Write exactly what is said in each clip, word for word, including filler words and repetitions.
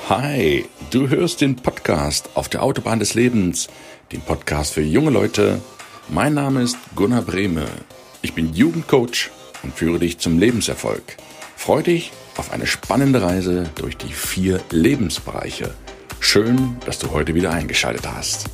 Hi, du hörst den Podcast auf der Autobahn des Lebens, den Podcast für junge Leute. Mein Name ist Gunnar Brehme. Ich bin Jugendcoach und führe dich zum Lebenserfolg. Freu dich auf eine spannende Reise durch die vier Lebensbereiche. Schön, dass du heute wieder eingeschaltet hast.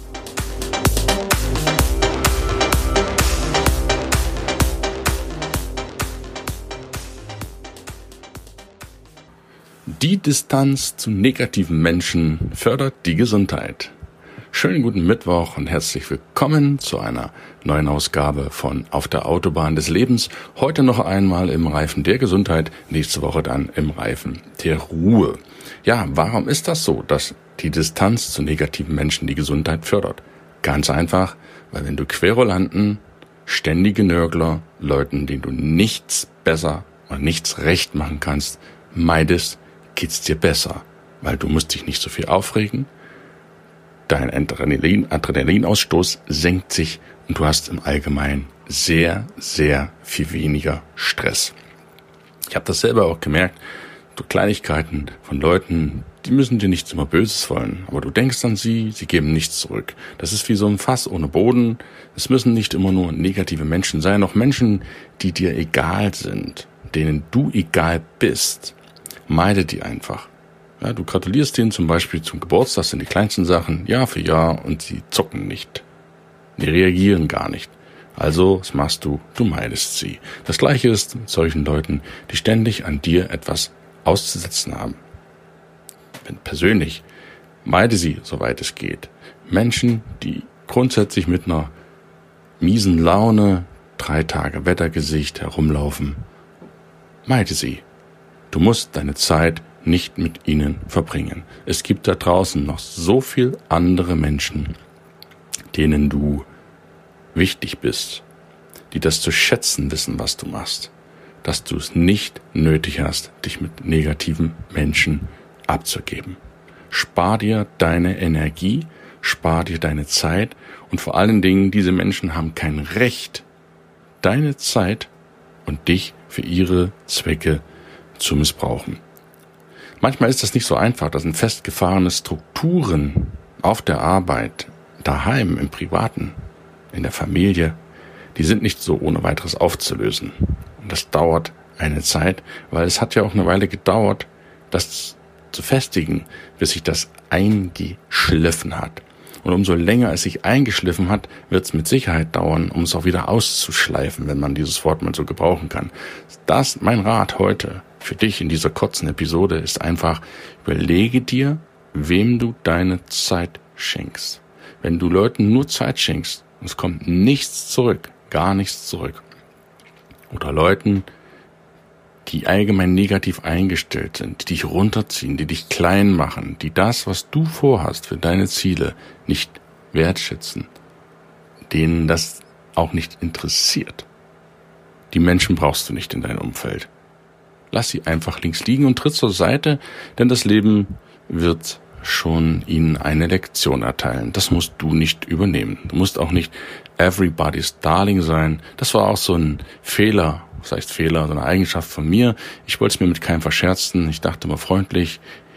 Die Distanz zu negativen Menschen fördert die Gesundheit. Schönen guten Mittwoch und herzlich willkommen zu einer neuen Ausgabe von Auf der Autobahn des Lebens. Heute noch einmal im Reifen der Gesundheit, nächste Woche dann im Reifen der Ruhe. Ja, warum ist das so, dass die Distanz zu negativen Menschen die Gesundheit fördert? Ganz einfach, weil wenn du Querulanten, ständige Nörgler, Leuten, denen du nichts besser und nichts recht machen kannst, meidest, geht's dir besser, weil du musst dich nicht so viel aufregen, dein Adrenalin, Adrenalinausstoß senkt sich und du hast im Allgemeinen sehr, sehr viel weniger Stress. Ich habe das selber auch gemerkt, so Kleinigkeiten von Leuten, die müssen dir nichts immer Böses wollen, aber du denkst an sie, sie geben nichts zurück. Das ist wie so ein Fass ohne Boden. Es müssen nicht immer nur negative Menschen sein, auch Menschen, die dir egal sind, denen du egal bist. Meide die einfach. Ja, du gratulierst denen zum Beispiel zum Geburtstag, das sind die kleinsten Sachen, Jahr für Jahr, und sie zucken nicht. Die reagieren gar nicht. Also, was machst du? Du meidest sie. Das Gleiche ist mit solchen Leuten, die ständig an dir etwas auszusetzen haben. Wenn persönlich, meide sie, soweit es geht. Menschen, die grundsätzlich mit einer miesen Laune, drei Tage Wettergesicht herumlaufen, meide sie. Du musst deine Zeit nicht mit ihnen verbringen. Es gibt da draußen noch so viel andere Menschen, denen du wichtig bist, die das zu schätzen wissen, was du machst, dass du es nicht nötig hast, dich mit negativen Menschen abzugeben. Spar dir deine Energie, spar dir deine Zeit und vor allen Dingen, diese Menschen haben kein Recht, deine Zeit und dich für ihre Zwecke zu missbrauchen. Manchmal ist das nicht so einfach. Das sind festgefahrene Strukturen auf der Arbeit, daheim, im Privaten, in der Familie. Die sind nicht so ohne weiteres aufzulösen. Und das dauert eine Zeit, weil es hat ja auch eine Weile gedauert, das zu festigen, bis sich das eingeschliffen hat. Und umso länger es sich eingeschliffen hat, wird es mit Sicherheit dauern, um es auch wieder auszuschleifen, wenn man dieses Wort mal so gebrauchen kann. Das, mein Rat heute für dich in dieser kurzen Episode ist einfach, überlege dir, wem du deine Zeit schenkst. Wenn du Leuten nur Zeit schenkst und es kommt nichts zurück, gar nichts zurück, oder Leuten, die allgemein negativ eingestellt sind, die dich runterziehen, die dich klein machen, die das, was du vorhast für deine Ziele, nicht wertschätzen, denen das auch nicht interessiert. Die Menschen brauchst du nicht in deinem Umfeld. Lass sie einfach links liegen und tritt zur Seite, denn das Leben wird schon ihnen eine Lektion erteilen. Das musst du nicht übernehmen. Du musst auch nicht everybody's darling sein. Das war auch so ein Fehler, das heißt Fehler, so eine Eigenschaft von mir. Ich wollte es mir mit keinem verscherzen. Ich dachte immer freundlich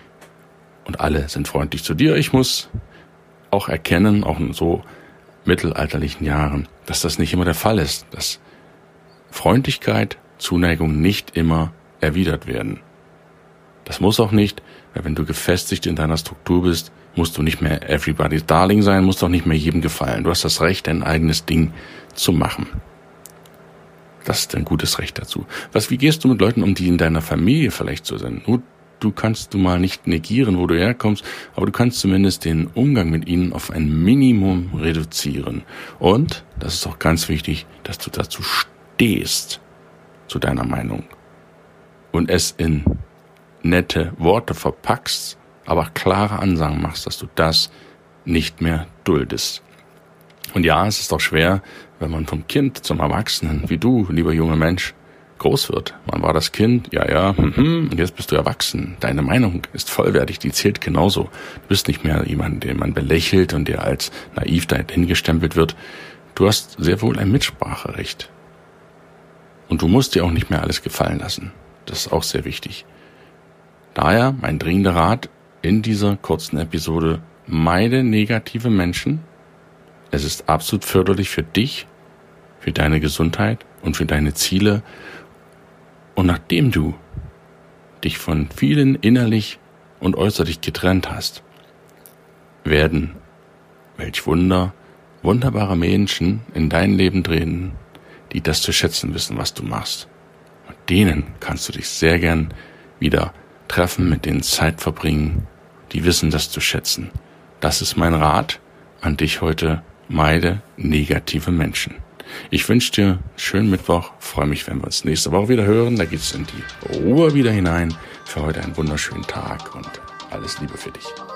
und alle sind freundlich zu dir. Ich muss auch erkennen, auch in so mittelalterlichen Jahren, dass das nicht immer der Fall ist, dass Freundlichkeit, Zuneigung nicht immer erwidert werden. Das muss auch nicht, weil wenn du gefestigt in deiner Struktur bist, musst du nicht mehr everybody's darling sein, musst auch nicht mehr jedem gefallen. Du hast das Recht, dein eigenes Ding zu machen. Das ist ein gutes Recht dazu. Was, wie gehst du mit Leuten um, die in deiner Familie vielleicht so sind? Nur du kannst du mal nicht negieren, wo du herkommst, aber du kannst zumindest den Umgang mit ihnen auf ein Minimum reduzieren. Und, das ist auch ganz wichtig, dass du dazu stehst, zu deiner Meinung. Und es in nette Worte verpackst, aber klare Ansagen machst, dass du das nicht mehr duldest. Und ja, es ist doch schwer, wenn man vom Kind zum Erwachsenen, wie du, lieber junger Mensch, groß wird. Man war das Kind, ja, ja, mhm, und jetzt bist du erwachsen. Deine Meinung ist vollwertig, die zählt genauso. Du bist nicht mehr jemand, den man belächelt und der als naiv dahin gestempelt wird. Du hast sehr wohl ein Mitspracherecht. Und du musst dir auch nicht mehr alles gefallen lassen. Das ist auch sehr wichtig. Daher mein dringender Rat, in dieser kurzen Episode: Meide negative Menschen. Es ist absolut förderlich für dich, für deine Gesundheit und für deine Ziele. Und nachdem du dich von vielen innerlich und äußerlich getrennt hast, werden, welch Wunder, wunderbare Menschen in dein Leben treten, die das zu schätzen wissen, was du machst. Und denen kannst du dich sehr gern wieder treffen, mit denen Zeit verbringen, die wissen das zu schätzen. Das ist mein Rat an dich heute: Meide negative Menschen. Ich wünsche dir einen schönen Mittwoch, freue mich, wenn wir uns nächste Woche wieder hören. Da geht's in die Ruhe wieder hinein. Für heute einen wunderschönen Tag und alles Liebe für dich.